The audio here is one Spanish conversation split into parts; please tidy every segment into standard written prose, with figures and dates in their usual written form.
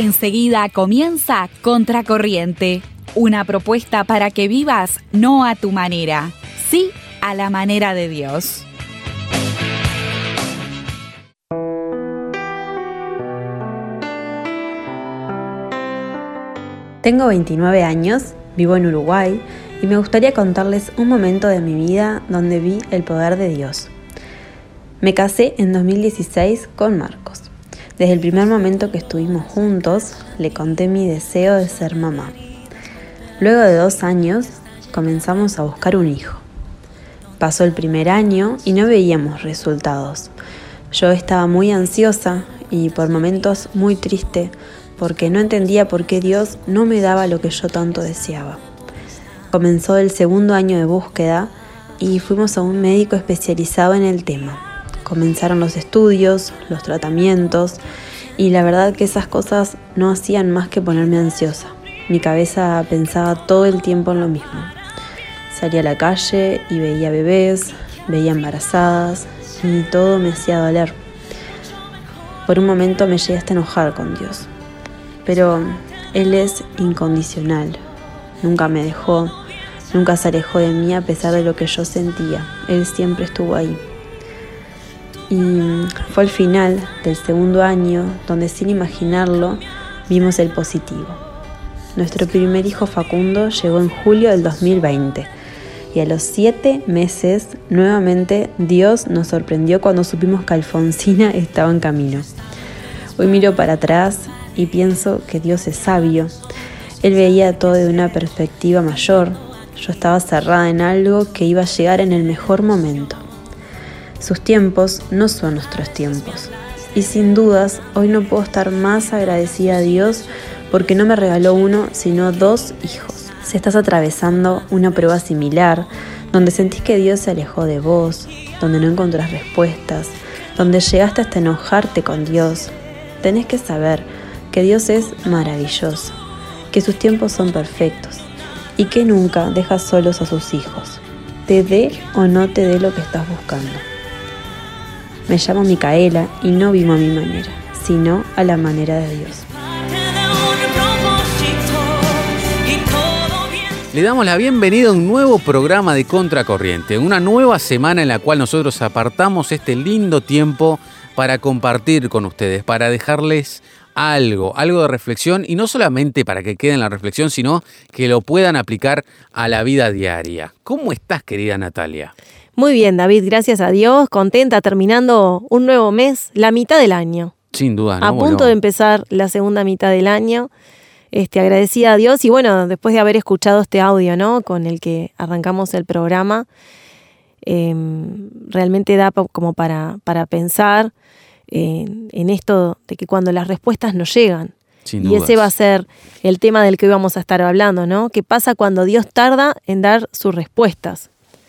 Enseguida comienza Contracorriente, una propuesta para que vivas no a tu manera, sí a la manera de Dios. Tengo 29 años, vivo en Uruguay y me gustaría contarles un momento de mi vida donde vi el poder de Dios. Me casé en 2016 con Marcos. Desde el primer momento que estuvimos juntos, le conté mi deseo de ser mamá. Luego de 2 años, comenzamos a buscar un hijo. Pasó el primer año y no veíamos resultados. Yo estaba muy ansiosa y por momentos muy triste, porque no entendía por qué Dios no me daba lo que yo tanto deseaba. Comenzó el segundo año de búsqueda y fuimos a un médico especializado en el tema. Comenzaron los estudios, los tratamientos y la verdad que esas cosas no hacían más que ponerme ansiosa. Mi cabeza pensaba todo el tiempo en lo mismo. Salía a la calle y veía bebés, veía embarazadas y todo me hacía doler. Por un momento me llegué hasta enojar con Dios. Pero Él es incondicional, nunca me dejó, nunca se alejó de mí a pesar de lo que yo sentía, Él siempre estuvo ahí. Y fue al final del segundo año donde sin imaginarlo vimos el positivo. Nuestro primer hijo Facundo llegó en julio del 2020 y a los 7 meses nuevamente Dios nos sorprendió cuando supimos que Alfonsina estaba en camino. Hoy miro para atrás y pienso que Dios es sabio. Él veía todo de una perspectiva mayor. Yo estaba cerrada en algo que iba a llegar en el mejor momento. Sus tiempos no son nuestros tiempos. Y sin dudas, hoy no puedo estar más agradecida a Dios porque no me regaló 1, sino 2 hijos. Si estás atravesando una prueba similar, donde sentís que Dios se alejó de vos, donde no encontrás respuestas, donde llegaste hasta enojarte con Dios, tenés que saber que Dios es maravilloso, que sus tiempos son perfectos y que nunca deja solos a sus hijos, te dé o no te dé lo que estás buscando. Me llamo Micaela y no vivo a mi manera, sino a la manera de Dios. Le damos la bienvenida a un nuevo programa de Contracorriente, una nueva semana en la cual nosotros apartamos este lindo tiempo para compartir con ustedes, para dejarles algo de reflexión y no solamente para que quede en la reflexión, sino que lo puedan aplicar a la vida diaria. ¿Cómo estás, querida Natalia? Muy bien, David, gracias a Dios, contenta, terminando un nuevo mes, la mitad del año. Sin duda, ¿no? A punto de empezar la segunda mitad del año, agradecida a Dios y bueno, después de haber escuchado este audio, ¿no?, con el que arrancamos el programa, realmente da como para pensar en esto de que cuando las respuestas no llegan. Sin y dudas. ese va a ser el tema del que hoy vamos a estar hablando, ¿no? ¿Qué pasa cuando Dios tarda en dar sus respuestas?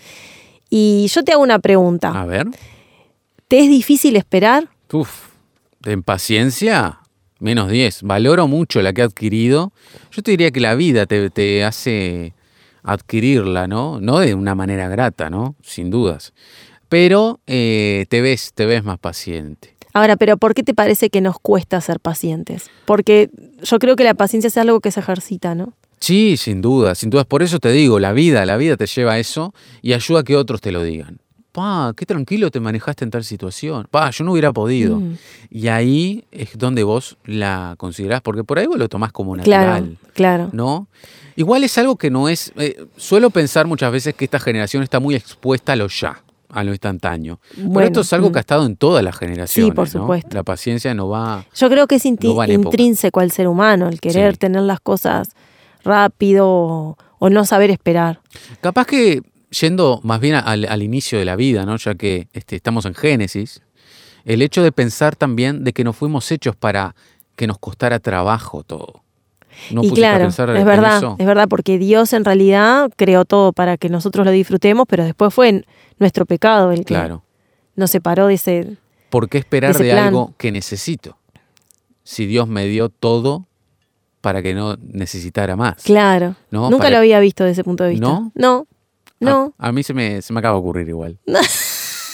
Y yo te hago una pregunta. A ver. ¿Te es difícil esperar? En paciencia, menos 10. Valoro mucho la que he adquirido. Yo te diría que la vida te hace adquirirla, ¿no? No de una manera grata, ¿no? Sin dudas. Pero te ves más paciente. Ahora, ¿pero por qué te parece que nos cuesta ser pacientes? Porque yo creo que la paciencia es algo que se ejercita, ¿no? Sí, sin duda. Por eso te digo, la vida te lleva a eso y ayuda a que otros te lo digan. Qué tranquilo te manejaste en tal situación. Yo no hubiera podido. Y ahí es donde vos la considerás, porque por ahí vos lo tomás como natural. Claro. ¿No? Igual es algo que no es... suelo pensar muchas veces que esta generación está muy expuesta a lo ya, a lo instantáneo. Bueno, pero esto es algo que ha estado en todas las generaciones. Sí, por supuesto. ¿No? La paciencia no va... Yo creo que es no va en época. intrínseco al ser humano, el querer tener las cosas rápido o no saber esperar. Capaz que yendo más bien al inicio de la vida, ¿no? Ya que estamos en Génesis, el hecho de pensar también de que no fuimos hechos para que nos costara trabajo todo. ¿No y claro, es verdad, porque Dios en realidad creó todo para que nosotros lo disfrutemos, pero después fue nuestro pecado el que nos separó de ese... ¿Por qué esperar de plan? Algo que necesito? Si Dios me dio todo para que no necesitara más. Claro. ¿No? Nunca lo había visto desde ese punto de vista. ¿No? No. A mí se me acaba de ocurrir igual.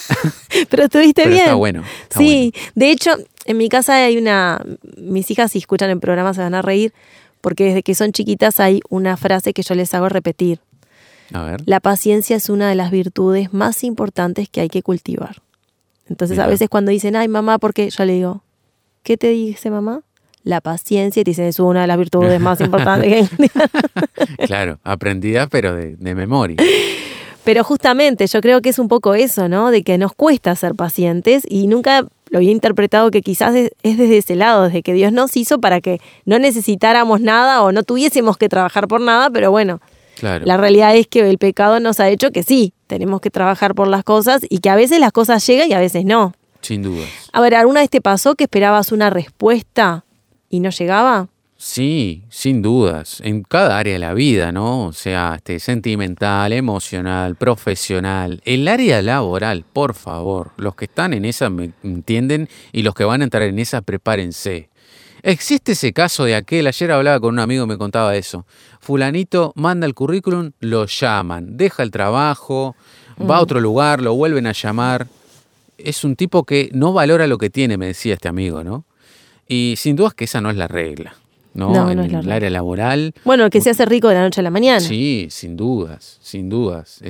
Pero estuviste Pero bien. está bueno. Está Sí, de hecho, en mi casa hay mis hijas, si escuchan el programa se van a reír, porque desde que son chiquitas hay una frase que yo les hago repetir. bueno. A ver. La paciencia es una de las virtudes más importantes que hay que cultivar. Entonces Mirá. a veces cuando dicen, ay mamá, ¿por qué? Yo le digo, ¿qué te dice mamá? La paciencia, y te dicen, es una de las virtudes más importantes que hay. Claro, aprendida, pero de memoria. Pero justamente yo creo que es un poco eso, ¿no? De que nos cuesta ser pacientes y nunca lo había interpretado que quizás es desde ese lado, desde que Dios nos hizo para que no necesitáramos nada o no tuviésemos que trabajar por nada, pero bueno, Claro. la realidad es que el pecado nos ha hecho que sí, tenemos que trabajar por las cosas y que a veces las cosas llegan y a veces no. Sin dudas. A ver, ¿alguna vez te pasó que esperabas una respuesta y no llegaba? Sí, sin dudas. En cada área de la vida, ¿no? O sea, sentimental, emocional, profesional. El área laboral, por favor. Los que están en esa me entienden y los que van a entrar en esa, prepárense. Existe ese caso de ayer hablaba con un amigo y me contaba eso. Fulanito manda el currículum, lo llaman, deja el trabajo, va a otro lugar, lo vuelven a llamar. Es un tipo que no valora lo que tiene, me decía este amigo, ¿no? Y sin dudas que esa no es la regla, ¿no? No, no en es la el regla. área laboral. Bueno, el que se hace rico de la noche a la mañana. Sí, sin dudas, sin dudas.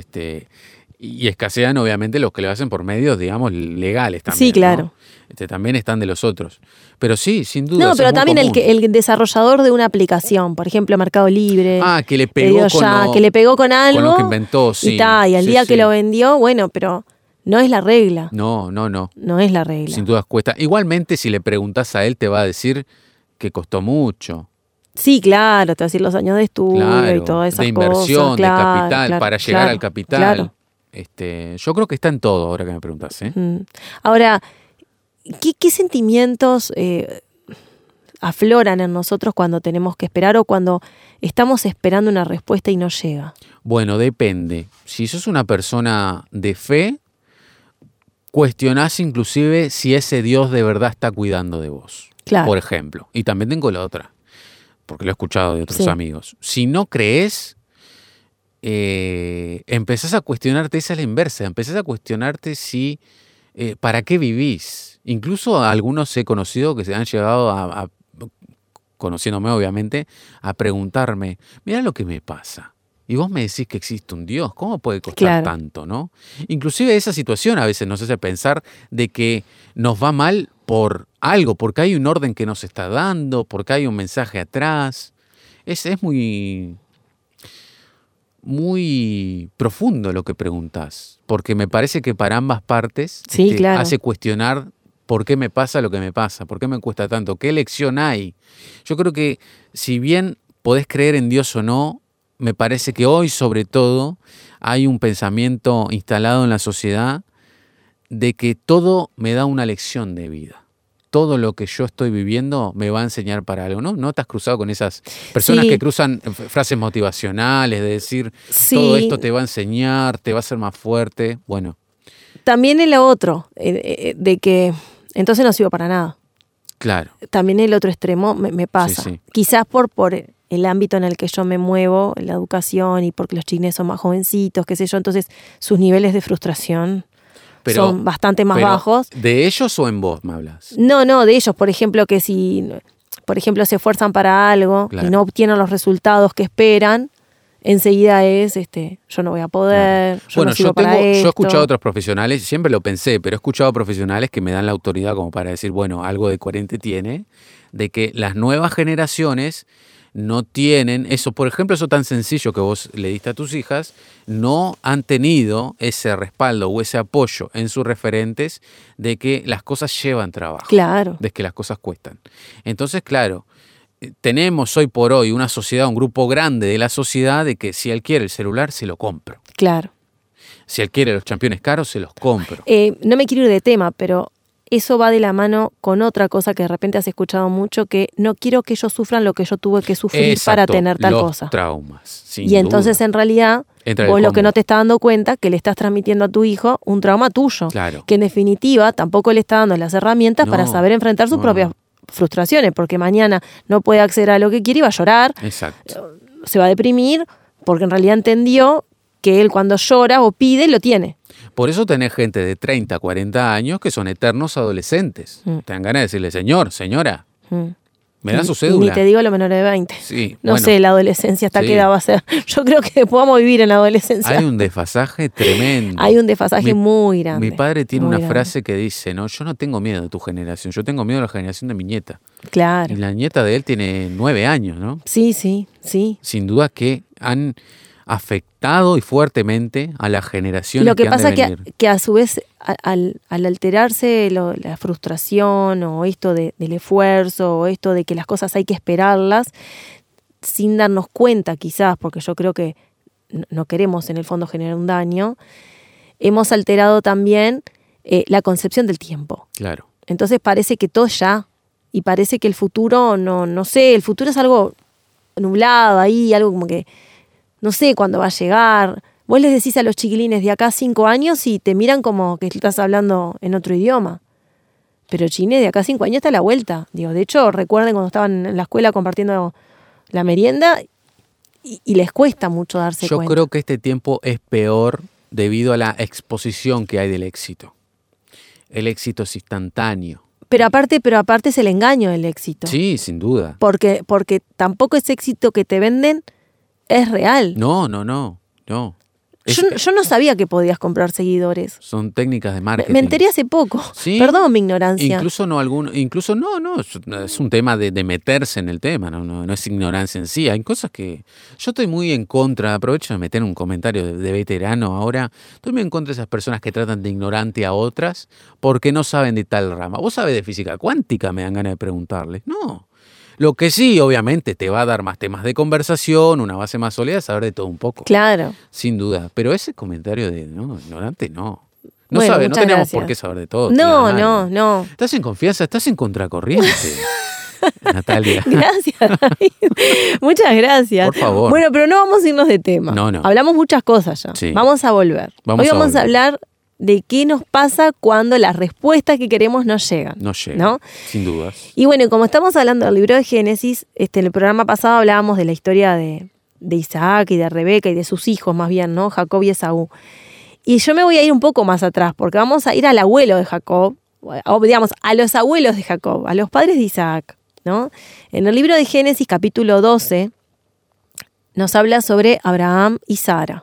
Y escasean obviamente los que lo hacen por medios, digamos, legales también. Sí, claro. ¿No? También están de los otros. Pero sí, sin dudas. No, es pero muy también común. el desarrollador de una aplicación, por ejemplo, Mercado Libre. Que le pegó que le pegó con algo. con lo que inventó, sí. Y al Sí, día sí. que lo vendió, bueno, pero no es la regla. No. No es la regla. Sin dudas cuesta. Igualmente, si le preguntás a él, te va a decir que costó mucho. Sí, claro, te va a decir los años de estudio Claro, y todas esas de inversión, cosas. Claro, de capital, claro, para llegar claro, al capital. claro. Yo creo que está en todo, ahora que me preguntás, ¿eh? Ahora, ¿qué sentimientos afloran en nosotros cuando tenemos que esperar o cuando estamos esperando una respuesta y no llega? Bueno, depende. Si sos una persona de fe, cuestionás inclusive si ese Dios de verdad está cuidando de vos. Claro. Por ejemplo. Y también tengo la otra, porque lo he escuchado de otros Sí. amigos. Si no crees, empezás a cuestionarte, esa es la inversa, empezás a cuestionarte si, ¿para qué vivís? Incluso algunos he conocido que se han llegado a conociéndome obviamente, a preguntarme, mira lo que me pasa. Y vos me decís que existe un Dios, ¿cómo puede costar Claro. tanto, no? Inclusive esa situación a veces nos hace pensar de que nos va mal por algo, porque hay un orden que nos está dando, porque hay un mensaje atrás. Es muy, muy profundo lo que preguntás, porque me parece que para ambas partes Sí, claro. hace cuestionar por qué me pasa lo que me pasa, por qué me cuesta tanto, qué elección hay. Yo creo que si bien podés creer en Dios o no, me parece que hoy, sobre todo, hay un pensamiento instalado en la sociedad de que todo me da una lección de vida. Todo lo que yo estoy viviendo me va a enseñar para algo, ¿no? ¿No te has cruzado con esas personas Sí. que cruzan frases motivacionales, de decir, Sí. todo esto te va a enseñar, te va a hacer más fuerte? Bueno, También el otro, de que entonces no sirvo para nada. claro. También el otro extremo me pasa. Sí, sí. Quizás por el ámbito en el que yo me muevo, la educación, y porque los chiquines son más jovencitos, qué sé yo, entonces sus niveles de frustración son bastante más pero, bajos. ¿de ellos o en vos me hablas? No, de ellos, por ejemplo, que si, por ejemplo, se esfuerzan para algo Claro. y no obtienen los resultados que esperan, enseguida es, yo no voy a poder, yo Bueno, no sirvo yo para esto. he escuchado a otros profesionales, siempre lo pensé, pero he escuchado a profesionales que me dan la autoridad como para decir, bueno, algo de coherente tiene, de que las nuevas generaciones no tienen eso, por ejemplo, eso tan sencillo que vos le diste a tus hijas, no han tenido ese respaldo o ese apoyo en sus referentes de que las cosas llevan trabajo, Claro. de que las cosas cuestan. Entonces, claro, tenemos hoy por hoy una sociedad, un grupo grande de la sociedad de que si él quiere el celular, se lo compro. Claro. Si él quiere los championes caros, se los compro. No me quiero ir de tema, pero eso va de la mano con otra cosa que de repente has escuchado mucho, que no quiero que ellos sufran lo que yo tuve que sufrir para Exacto, tener tal los cosa. traumas, sin Y entonces duda. en realidad Entra el vos lo que combo. no te estás dando cuenta que le estás transmitiendo a tu hijo un trauma tuyo, Claro. que en definitiva tampoco le está dando las herramientas No, para saber enfrentar sus no. propias frustraciones, porque mañana no puede acceder a lo que quiere y va a llorar, Exacto. se va a deprimir, porque en realidad entendió que él cuando llora o pide, lo tiene. Por eso tenés gente de 30, 40 años que son eternos adolescentes. Te dan ganas de decirle, señor, señora, me da su Y cédula. ni te digo los menores de 20. Sí, No bueno, sé la adolescencia hasta sí. qué edad va a ser. Yo creo que podamos vivir en la adolescencia. Hay un desfasaje tremendo. Hay un desfasaje muy grande. Mi padre tiene muy una grande. frase que dice, no, yo no tengo miedo de tu generación, yo tengo miedo de la generación de mi nieta. Claro. Y la nieta de él tiene 9 años, ¿no? Sí, sí, sí. Sin duda que han afectado y fuertemente a las generaciones Lo que han de pasa venir. que a su vez, al alterarse la frustración o esto del esfuerzo o esto de que las cosas hay que esperarlas, sin darnos cuenta quizás, porque yo creo que no queremos en el fondo generar un daño, hemos alterado también la concepción del tiempo. Claro. Entonces parece que todo ya, y parece que el futuro, no sé, el futuro es algo nublado ahí, algo como que no sé cuándo va a llegar. Vos les decís a los chiquilines de acá a 5 años y te miran como que estás hablando en otro idioma. Pero Chine, de acá a 5 años está a la vuelta. Digo, de hecho, recuerden cuando estaban en la escuela compartiendo la merienda y les cuesta mucho darse Yo cuenta. creo que este tiempo es peor debido a la exposición que hay del éxito. El éxito es instantáneo. Pero aparte es el engaño del éxito. Sí, sin duda. Porque tampoco ese éxito que te venden es real. No. Yo no sabía que podías comprar seguidores. Son técnicas de marketing. Me enteré hace poco. Sí. Perdón mi ignorancia. Incluso no, es un tema de meterse en el tema, no es ignorancia en sí. Hay cosas que yo estoy muy en contra, aprovecho de meter un comentario de veterano ahora, estoy muy en contra de esas personas que tratan de ignorante a otras porque no saben de tal rama. ¿Vos sabés de física cuántica? Me dan ganas de preguntarles. No. Lo que sí, obviamente, te va a dar más temas de conversación, una base más sólida, saber de todo un poco. Claro. Sin duda. Pero ese comentario de ignorante, no. No Bueno, sabe, no muchas tenemos gracias. por qué saber de todo. No, claro. no. Estás en confianza, estás en contracorriente, Natalia. Gracias, David. Muchas gracias. Por favor. Bueno, pero no vamos a irnos de tema. No. Hablamos muchas cosas ya. Sí. Vamos a volver. Vamos Hoy a vamos volver. a hablar de qué nos pasa cuando las respuestas que queremos no llegan. No llega, ¿no? sin dudas. Y bueno, como estamos hablando del libro de Génesis, en el programa pasado hablábamos de la historia de Isaac y de Rebeca y de sus hijos más bien, ¿no? Jacob y Esaú. Y yo me voy a ir un poco más atrás, porque vamos a ir al abuelo de Jacob, o digamos, a los abuelos de Jacob, a los padres de Isaac, ¿no? En el libro de Génesis, capítulo 12, nos habla sobre Abraham y Sara.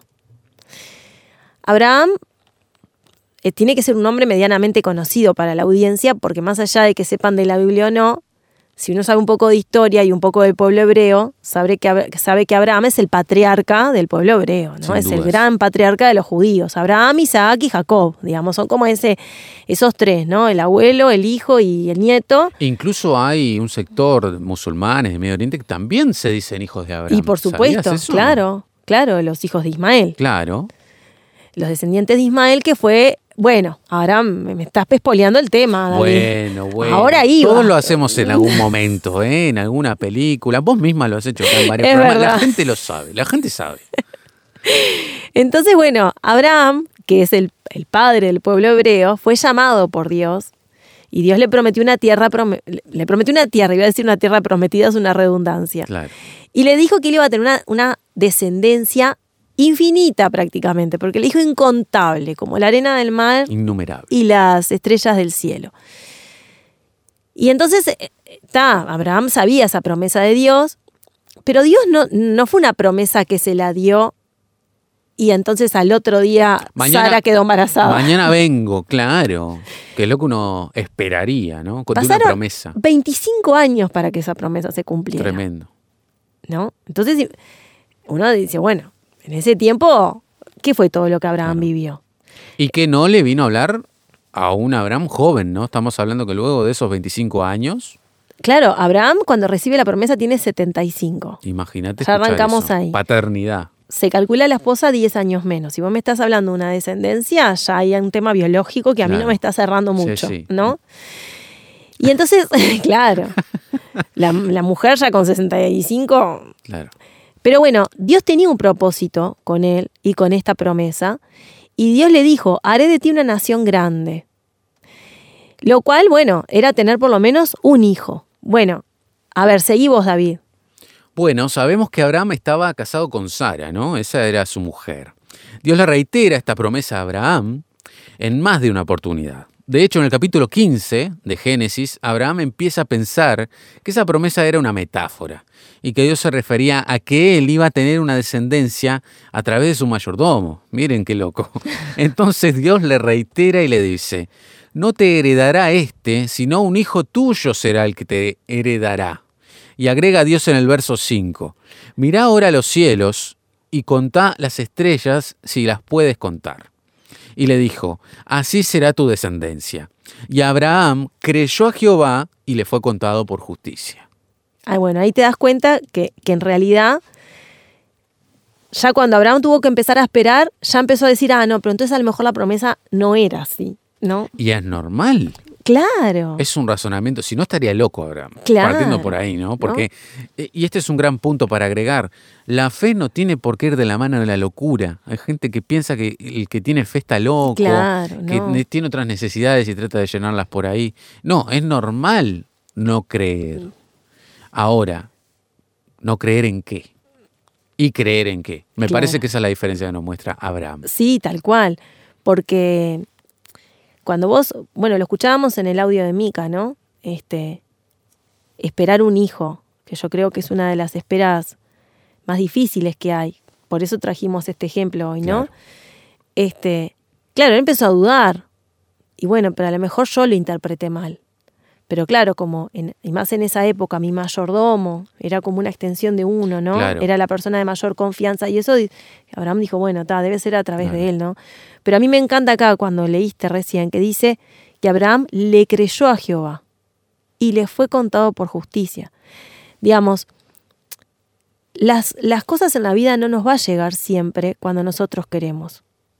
Abraham tiene que ser un hombre medianamente conocido para la audiencia, porque más allá de que sepan de la Biblia o no, si uno sabe un poco de historia y un poco del pueblo hebreo, sabe que Abraham es el patriarca del pueblo hebreo, ¿no? Sin Es el dudas. gran patriarca de los judíos. Abraham, Isaac y Jacob, digamos, son como esos tres, ¿no? El abuelo, el hijo y el nieto. Incluso hay un sector de musulmanes de Medio Oriente que también se dicen hijos de Abraham. Y por supuesto, ¿Sabías eso? claro, los hijos de Ismael. Claro. Los descendientes de Ismael, que fue, bueno, ahora me estás pespoleando el tema, David. Bueno. Ahora iba. Todos lo hacemos en algún momento, en alguna película. Vos misma lo has hecho acá en varios Es programas. verdad. La gente lo sabe, la gente sabe. Entonces, bueno, Abraham, que es el padre del pueblo hebreo, fue llamado por Dios y Dios le prometió una tierra, iba a decir una tierra prometida, es una redundancia. Claro. Y le dijo que él iba a tener una descendencia infinita prácticamente, porque le dijo incontable, como la arena del mar Innumerable. y las estrellas del cielo. Y entonces, Abraham sabía esa promesa de Dios, pero Dios no fue una promesa que se la dio y entonces al otro día Sara quedó embarazada. Mañana vengo, claro. Que es lo que uno esperaría, ¿no? Con una Pasaron promesa. 25 años para que esa promesa se cumpliera. Tremendo. ¿No? Entonces uno dice, bueno, en ese tiempo, ¿qué fue todo lo que Abraham vivió? Y que no le vino a hablar a un Abraham joven, ¿no? Estamos hablando que luego de esos 25 años, Claro, Abraham cuando recibe la promesa tiene 75. imagínate. Ya escuchar arrancamos eso. ahí. Paternidad. Se calcula la esposa 10 años menos. Si vos me estás hablando de una descendencia, ya hay un tema biológico que a mí Claro. no me está cerrando Sí, mucho, sí. ¿no? Y entonces, claro, la mujer ya con 65... Claro. Pero bueno, Dios tenía un propósito con él y con esta promesa. Y Dios le dijo, haré de ti una nación grande. Lo cual, bueno, era tener por lo menos un hijo. Bueno, a ver, seguí vos, David. Bueno, sabemos que Abraham estaba casado con Sara, ¿no? Esa era su mujer. Dios le reitera esta promesa a Abraham en más de una oportunidad. De hecho, en el capítulo 15 de Génesis, Abraham empieza a pensar que esa promesa era una metáfora y que Dios se refería a que él iba a tener una descendencia a través de su mayordomo. Miren qué loco. Entonces Dios le reitera y le dice: no te heredará sino un hijo tuyo será el que te heredará. Y agrega Dios en el verso 5: mirá ahora los cielos y contá las estrellas si las puedes contar. Y le dijo: así será tu descendencia. Y Abraham creyó a Jehová y le fue contado por justicia. Bueno, ahí te das cuenta que en realidad, ya cuando Abraham tuvo que empezar a esperar, ya empezó a decir, no, pero entonces a lo mejor la promesa no era así, ¿no? Y es normal. Claro. Es un razonamiento, si no estaría loco Abraham, claro, partiendo por ahí, ¿no? Porque, y este es un gran punto para agregar, la fe no tiene por qué ir de la mano de la locura. Hay gente que piensa que el que tiene fe está loco, claro, que tiene otras necesidades y trata de llenarlas por ahí. No, es normal no creer. Ahora, ¿no creer en qué? ¿Y creer en qué? Me parece que esa es la diferencia que nos muestra Abraham. Sí, tal cual, porque cuando vos, lo escuchábamos en el audio de Mica, ¿no? Esperar un hijo, que yo creo que es una de las esperas más difíciles que hay. Por eso trajimos este ejemplo hoy, ¿no? Claro, él empezó a dudar. Y pero a lo mejor yo lo interpreté mal. Pero claro, y más en esa época, mi mayordomo era como una extensión de uno, ¿no? Claro. Era la persona de mayor confianza. Y eso Abraham dijo, debe ser a través de él, ¿no? Pero a mí me encanta acá cuando leíste recién que dice que Abraham le creyó a Jehová y le fue contado por justicia. Digamos, las cosas en la vida no nos va a llegar siempre cuando nosotros queremos.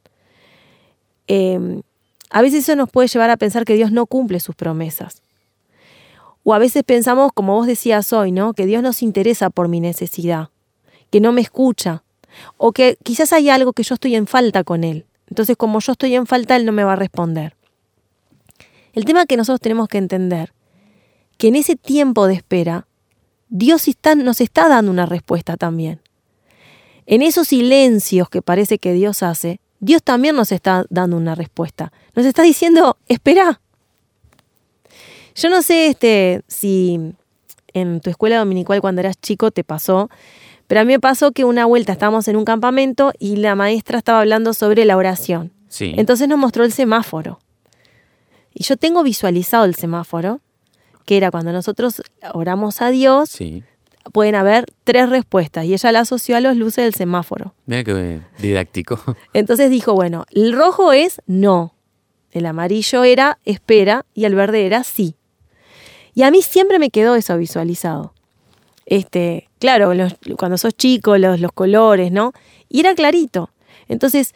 A veces eso nos puede llevar a pensar que Dios no cumple sus promesas. O a veces pensamos, como vos decías hoy, ¿no? Que Dios no se interesa por mi necesidad, que no me escucha, o que quizás hay algo que yo estoy en falta con Él. Entonces, como yo estoy en falta, Él no me va a responder. El tema que nosotros tenemos que entender, que en ese tiempo de espera, Dios nos está dando una respuesta también. En esos silencios que parece que Dios hace, Dios también nos está dando una respuesta. Nos está diciendo, espera. Yo no sé si en tu escuela dominical cuando eras chico te pasó, pero a mí me pasó que una vuelta estábamos en un campamento y la maestra estaba hablando sobre la oración. Sí. Entonces nos mostró el semáforo. Y yo tengo visualizado el semáforo, que era cuando nosotros oramos a Dios, Sí. pueden haber 3 respuestas, y ella la asoció a los luces del semáforo. Mira qué didáctico. Entonces dijo, el rojo es no, el amarillo era espera y el verde era sí. Y a mí siempre me quedó eso visualizado. Claro, cuando sos chico, los colores, ¿no? Y era clarito. Entonces,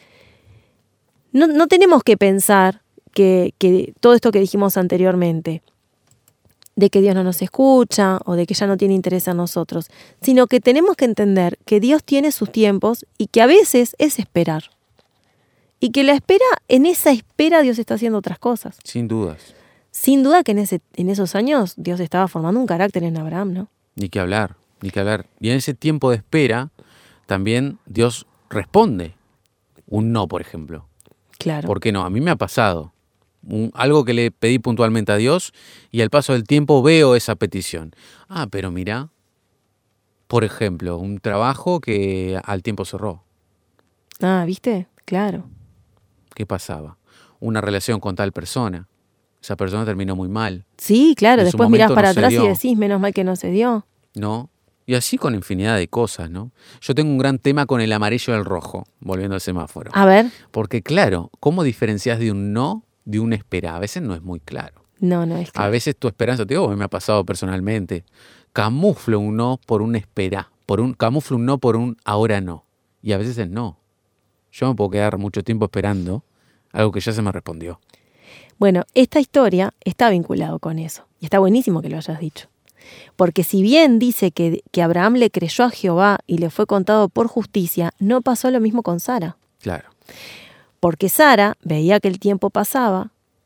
no tenemos que pensar que todo esto que dijimos anteriormente, de que Dios no nos escucha o de que ya no tiene interés en nosotros, sino que tenemos que entender que Dios tiene sus tiempos y que a veces es esperar. Y que en esa espera Dios está haciendo otras cosas. Sin dudas. Sin duda que en esos años Dios estaba formando un carácter en Abraham, ¿no? Ni que hablar. Y en ese tiempo de espera, también Dios responde. Un no, por ejemplo. Claro. ¿Por qué no? A mí me ha pasado. Algo que le pedí puntualmente a Dios y al paso del tiempo veo esa petición. Pero mira, por ejemplo, un trabajo que al tiempo cerró. ¿Viste? Claro. ¿Qué pasaba? Una relación con tal persona. Esa persona terminó muy mal. Sí, claro. Después mirás para atrás y dio. decís, menos mal que no se dio. ¿No? Y así con infinidad de cosas, ¿no? Yo tengo un gran tema con el amarillo y el rojo, volviendo al semáforo. A ver. Porque claro, ¿cómo diferencias de un no de un espera? A veces no es muy claro. No es claro. A veces tu esperanza, te digo, me ha pasado personalmente, camuflo un no por un espera, camuflo un no por un ahora no. Y a veces es no. Yo me puedo quedar mucho tiempo esperando algo que ya se me respondió. Bueno, esta historia está vinculado con eso. Y está buenísimo que lo hayas dicho. Porque si bien dice que Abraham le creyó a Jehová y le fue contado por justicia, no pasó lo mismo con Sara. Claro. Porque Sara veía que el tiempo pasaba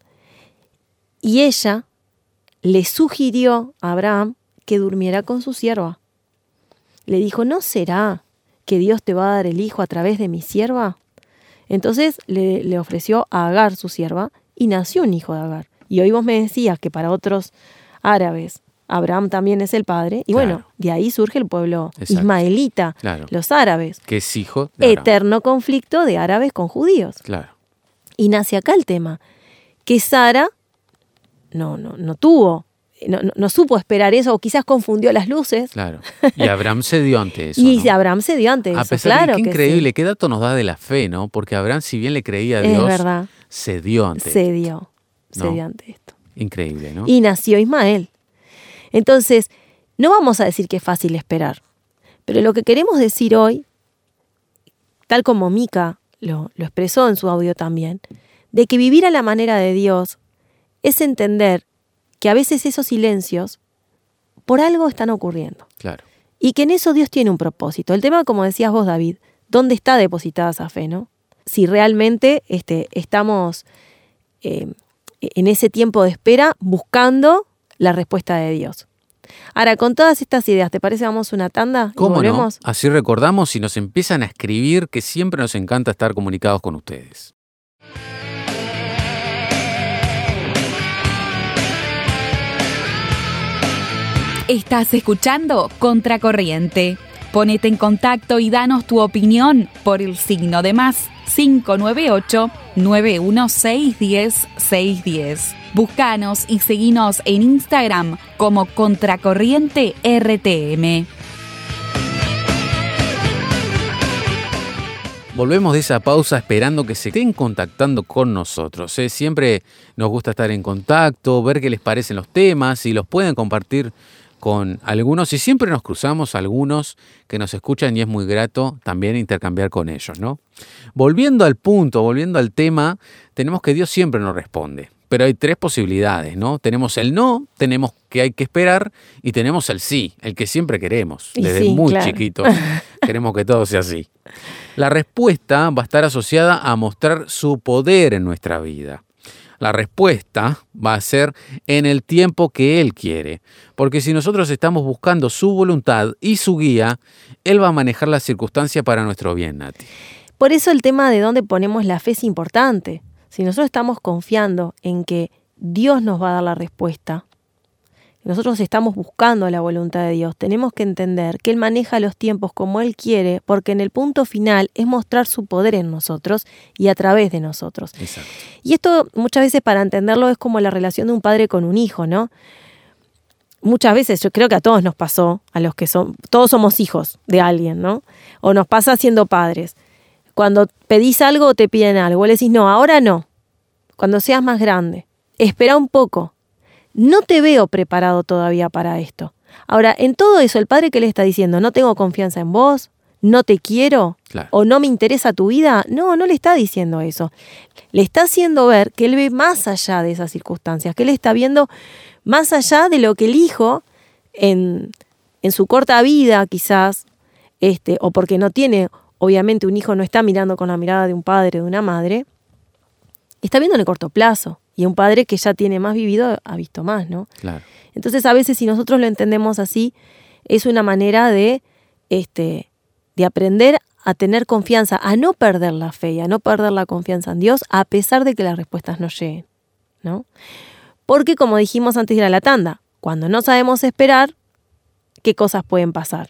y ella le sugirió a Abraham que durmiera con su sierva. Le dijo, ¿no será que Dios te va a dar el hijo a través de mi sierva? Entonces le ofreció a Agar, su sierva, y nació un hijo de Agar. Y hoy vos me decías que para otros árabes Abraham también es el padre, y Claro. bueno, de ahí surge el pueblo Exacto. ismaelita, Claro. los árabes. Que es hijo de Abraham. Eterno conflicto de árabes con judíos. Claro. Y nace acá el tema, que Sara no tuvo, no supo esperar eso, o quizás confundió las luces. Claro. Y Abraham se dio ante eso. Y ¿no? Abraham se dio ante A eso, pesar claro de que que increíble, qué dato nos da de la fe, ¿no? Porque Abraham, si bien le creía a sí. Dios, Es verdad, se dio ante se esto. dio No. ante esto. Increíble, ¿no? Y nació Ismael. Entonces, no vamos a decir que es fácil esperar, pero lo que queremos decir hoy, tal como Mica lo expresó en su audio también, de que vivir a la manera de Dios es entender que a veces esos silencios por algo están ocurriendo. Claro. Y que en eso Dios tiene un propósito. El tema, como decías vos, David, ¿dónde está depositada esa fe, no? Si realmente estamos en ese tiempo de espera buscando la respuesta de Dios. Ahora, con todas estas ideas, ¿te parece vamos a una tanda? ¿Y ¿Cómo no? volvemos? Así recordamos y nos empiezan a escribir, que siempre nos encanta estar comunicados con ustedes. Estás escuchando Contracorriente. Ponete en contacto y danos tu opinión por el signo de más 598-916-10-610. Búscanos y seguinos en Instagram como Contracorriente RTM. Volvemos de esa pausa esperando que se estén contactando con nosotros. Siempre nos gusta estar en contacto, ver qué les parecen los temas, si los pueden compartir con algunos, y siempre nos cruzamos algunos que nos escuchan y es muy grato también intercambiar con ellos, ¿no? Volviendo al punto, volviendo al tema, tenemos que Dios siempre nos responde, pero hay tres posibilidades, ¿no? Tenemos el no, tenemos que hay que esperar, y tenemos el sí, el que siempre queremos, Y desde sí, muy claro. chiquitos queremos que todo sea así. La respuesta va a estar asociada a mostrar su poder en nuestra vida. La respuesta va a ser en el tiempo que Él quiere, porque si nosotros estamos buscando su voluntad y su guía, Él va a manejar las circunstancias para nuestro bien, Nati. Por eso el tema de dónde ponemos la fe es importante. Si nosotros estamos confiando en que Dios nos va a dar la respuesta, nosotros estamos buscando la voluntad de Dios, tenemos que entender que Él maneja los tiempos como Él quiere, porque en el punto final es mostrar su poder en nosotros y a través de nosotros. Exacto. Y esto muchas veces para entenderlo es como la relación de un padre con un hijo, ¿no? Muchas veces yo creo que a todos nos pasó, a los que todos somos hijos de alguien, ¿no? O nos pasa siendo padres. Cuando pedís algo o te piden algo, vos le decís, no, ahora no. Cuando seas más grande, espera un poco. No te veo preparado todavía para esto. Ahora, en todo eso, el padre que le está diciendo, no tengo confianza en vos, no te quiero, Claro. o no me interesa tu vida, no le está diciendo eso. Le está haciendo ver que él ve más allá de esas circunstancias, que él está viendo más allá de lo que el hijo en su corta vida quizás, o porque no tiene, obviamente un hijo no está mirando con la mirada de un padre o de una madre, está viendo en el corto plazo. Y un padre que ya tiene más vivido ha visto más, ¿no? Claro. Entonces a veces si nosotros lo entendemos así, es una manera de aprender a tener confianza, a no perder la fe y a no perder la confianza en Dios, a pesar de que las respuestas no lleguen, ¿no? Porque como dijimos antes de ir a la tanda, cuando no sabemos esperar, ¿qué cosas pueden pasar?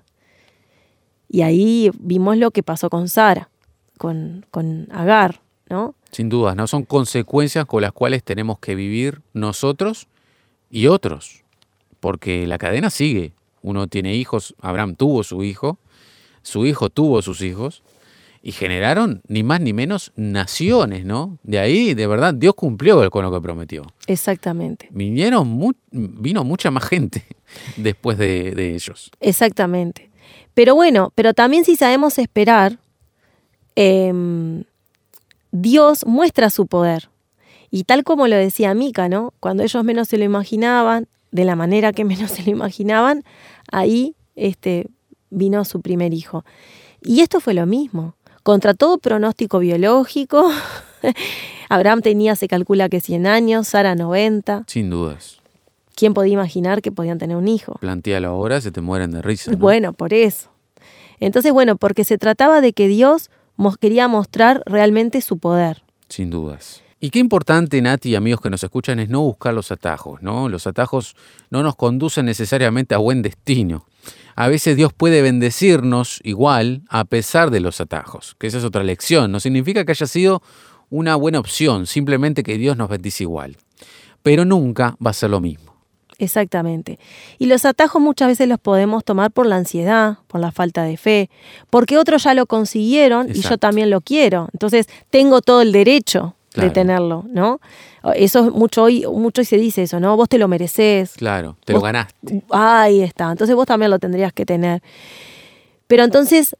Y ahí vimos lo que pasó con Sara, con Agar, ¿no? Sin duda, ¿no? Son consecuencias con las cuales tenemos que vivir nosotros y otros, porque la cadena sigue. Uno tiene hijos, Abraham tuvo su hijo tuvo sus hijos, y generaron ni más ni menos naciones, ¿no? De ahí, de verdad, Dios cumplió con lo que prometió. Exactamente. Vino mucha más gente después de ellos. Exactamente. Pero bueno, pero también si sabemos esperar, Dios muestra su poder. Y tal como lo decía Mica, ¿no? Cuando ellos menos se lo imaginaban, de la manera que menos se lo imaginaban, ahí vino su primer hijo. Y esto fue lo mismo. Contra todo pronóstico biológico, Abraham tenía, se calcula que 100 años, Sara 90. Sin dudas. ¿Quién podía imaginar que podían tener un hijo? Plantéalo ahora, se te mueren de risa, ¿no? Bueno, por eso. Entonces, bueno, porque se trataba de que Dios quería mostrar realmente su poder. Sin dudas. Y qué importante, Nati y amigos que nos escuchan, es no buscar los atajos, ¿no? Los atajos no nos conducen necesariamente a buen destino. A veces Dios puede bendecirnos igual a pesar de los atajos, que esa es otra lección. No significa que haya sido una buena opción, simplemente que Dios nos bendice igual. Pero nunca va a ser lo mismo. Exactamente. Y los atajos muchas veces los podemos tomar por la ansiedad, por la falta de fe, porque otros ya lo consiguieron. Exacto. Y yo también lo quiero. Entonces tengo todo el derecho de tenerlo, ¿no? Eso es mucho hoy se dice eso, ¿no? Vos te lo merecés. Claro, te lo ganaste. Ahí está. Entonces vos también lo tendrías que tener. Pero entonces,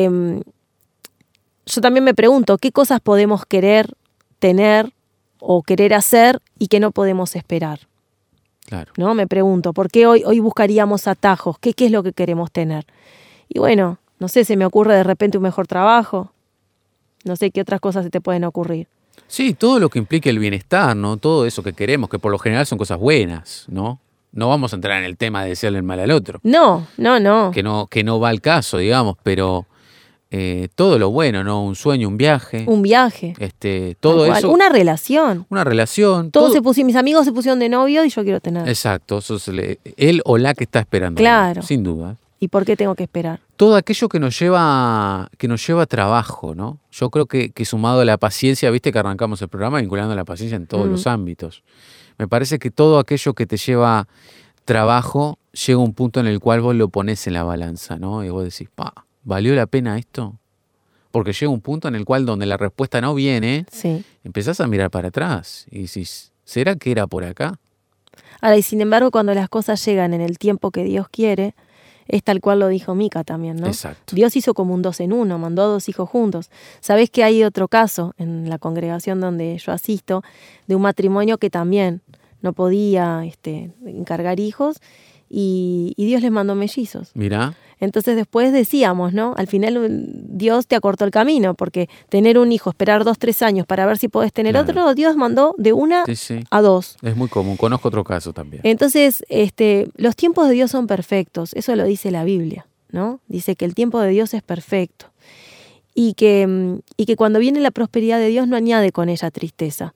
yo también me pregunto, ¿qué cosas podemos querer tener o querer hacer y que no podemos esperar? Claro. ¿No? Me pregunto, ¿por qué hoy buscaríamos atajos? ¿Qué es lo que queremos tener? Y bueno, no sé, se me ocurre de repente un mejor trabajo. No sé qué otras cosas se te pueden ocurrir. Sí, todo lo que implique el bienestar, ¿no? Todo eso que queremos, que por lo general son cosas buenas, ¿no? No vamos a entrar en el tema de desearle el mal al otro. No. Que no va al caso, digamos, pero todo lo bueno, ¿no? Un sueño, un viaje. Un viaje. Todo eso. Una relación. Una relación. Mis amigos se pusieron de novio y yo quiero tener. Exacto, eso es él o la que está esperando. Claro. Sin duda. ¿Y por qué tengo que esperar? Todo aquello que nos lleva a trabajo, ¿no? Yo creo que sumado a la paciencia, viste que arrancamos el programa vinculando la paciencia en todos los ámbitos. Me parece que todo aquello que te lleva trabajo llega a un punto en el cual vos lo pones en la balanza, ¿no? Y vos decís, ¿valió la pena esto? Porque llega un punto en el cual donde la respuesta no viene, sí, empezás a mirar para atrás y decís, ¿será que era por acá? Ahora, y sin embargo, cuando las cosas llegan en el tiempo que Dios quiere, es tal cual lo dijo Mica también, ¿no? Exacto. Dios hizo como un 2 en 1, mandó a 2 hijos juntos. ¿Sabés que hay otro caso en la congregación donde yo asisto, de un matrimonio que también no podía encargar hijos y Dios les mandó mellizos? Mirá. Entonces después decíamos, ¿no? Al final Dios te acortó el camino, porque tener un hijo, esperar 2, 3 años para ver si podés tener otro, Dios mandó de 1 a 2. Es muy común, conozco otro caso también. Entonces, los tiempos de Dios son perfectos, eso lo dice la Biblia, ¿no? Dice que el tiempo de Dios es perfecto y que cuando viene la prosperidad de Dios no añade con ella tristeza.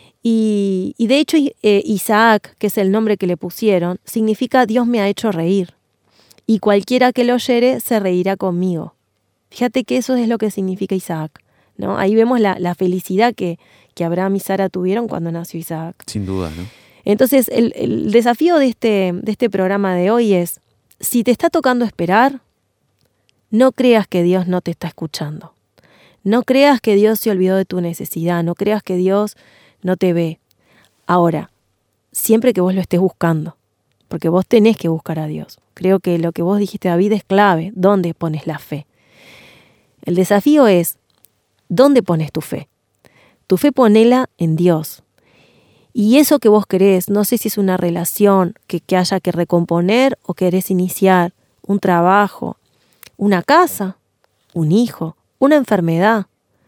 Y de hecho Isaac, que es el nombre que le pusieron, significa Dios me ha hecho reír. Y cualquiera que lo oyere se reirá conmigo. Fíjate que eso es lo que significa Isaac, ¿no? Ahí vemos la felicidad que Abraham y Sara tuvieron cuando nació Isaac. Sin duda, ¿no? Entonces, el desafío de este programa de hoy es, si te está tocando esperar, no creas que Dios no te está escuchando. No creas que Dios se olvidó de tu necesidad, no creas que Dios no te ve. Ahora, siempre que vos lo estés buscando, porque vos tenés que buscar a Dios. Creo que lo que vos dijiste, David, es clave. ¿Dónde pones la fe? El desafío es, ¿dónde pones tu fe? Tu fe ponela en Dios. Y eso que vos querés, no sé si es una relación que haya que recomponer o querés iniciar, un trabajo, una casa, un hijo, una enfermedad.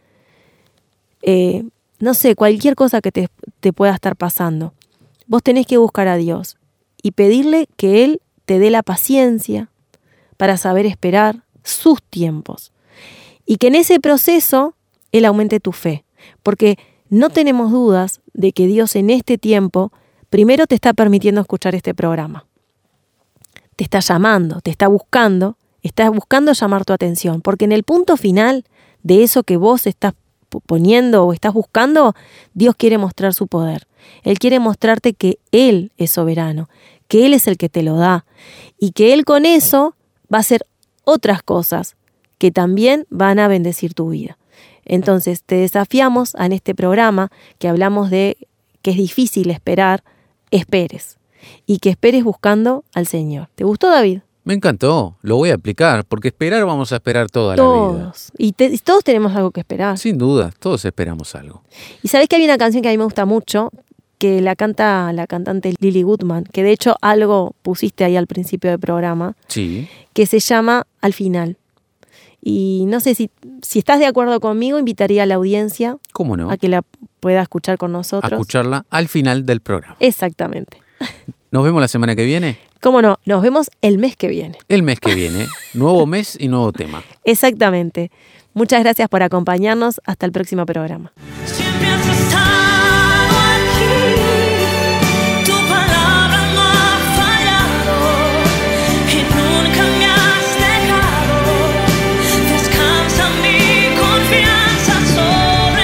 No sé, cualquier cosa que te pueda estar pasando. Vos tenés que buscar a Dios y pedirle que Él te dé la paciencia para saber esperar sus tiempos. Y que en ese proceso Él aumente tu fe. Porque no tenemos dudas de que Dios en este tiempo primero te está permitiendo escuchar este programa. Te está llamando, te está buscando llamar tu atención. Porque en el punto final de eso que vos estás poniendo o estás buscando, Dios quiere mostrar su poder. Él quiere mostrarte que Él es soberano, que Él es el que te lo da y que Él con eso va a hacer otras cosas que también van a bendecir tu vida. Entonces te desafiamos en este programa que hablamos de que es difícil esperar, esperes y que esperes buscando al Señor. ¿Te gustó, David? Me encantó, lo voy a aplicar, porque esperar vamos a esperar toda la vida. Y todos tenemos algo que esperar. Sin duda, todos esperamos algo. Y sabés que hay una canción que a mí me gusta mucho, que la canta la cantante Lily Goodman, que de hecho algo pusiste ahí al principio del programa, sí, que se llama Al Final. Y no sé si estás de acuerdo conmigo, invitaría a la audiencia ¿cómo no? A que la pueda escuchar con nosotros. A escucharla al final del programa. Exactamente. ¿Nos vemos la semana que viene? ¿Cómo no? Nos vemos el mes que viene. El mes que viene. Nuevo mes y nuevo tema. Exactamente. Muchas gracias por acompañarnos. Hasta el próximo programa. Siempre has estado aquí, tu palabra no ha fallado y nunca me has dejado. Descansa mi confianza sobre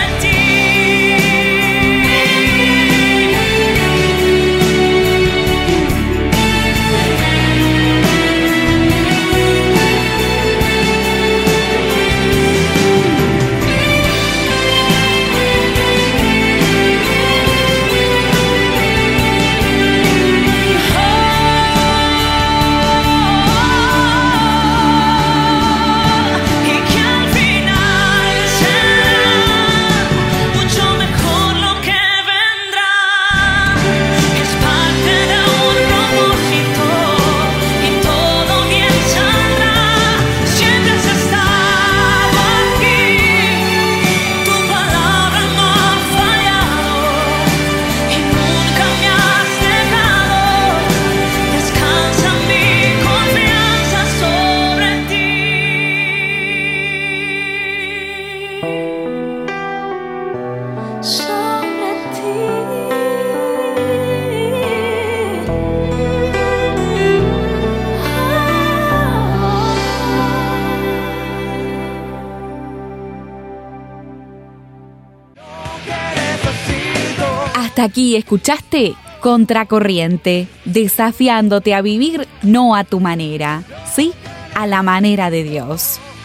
Hasta aquí escuchaste Contracorriente, desafiándote a vivir no a tu manera, sí, a la manera de Dios.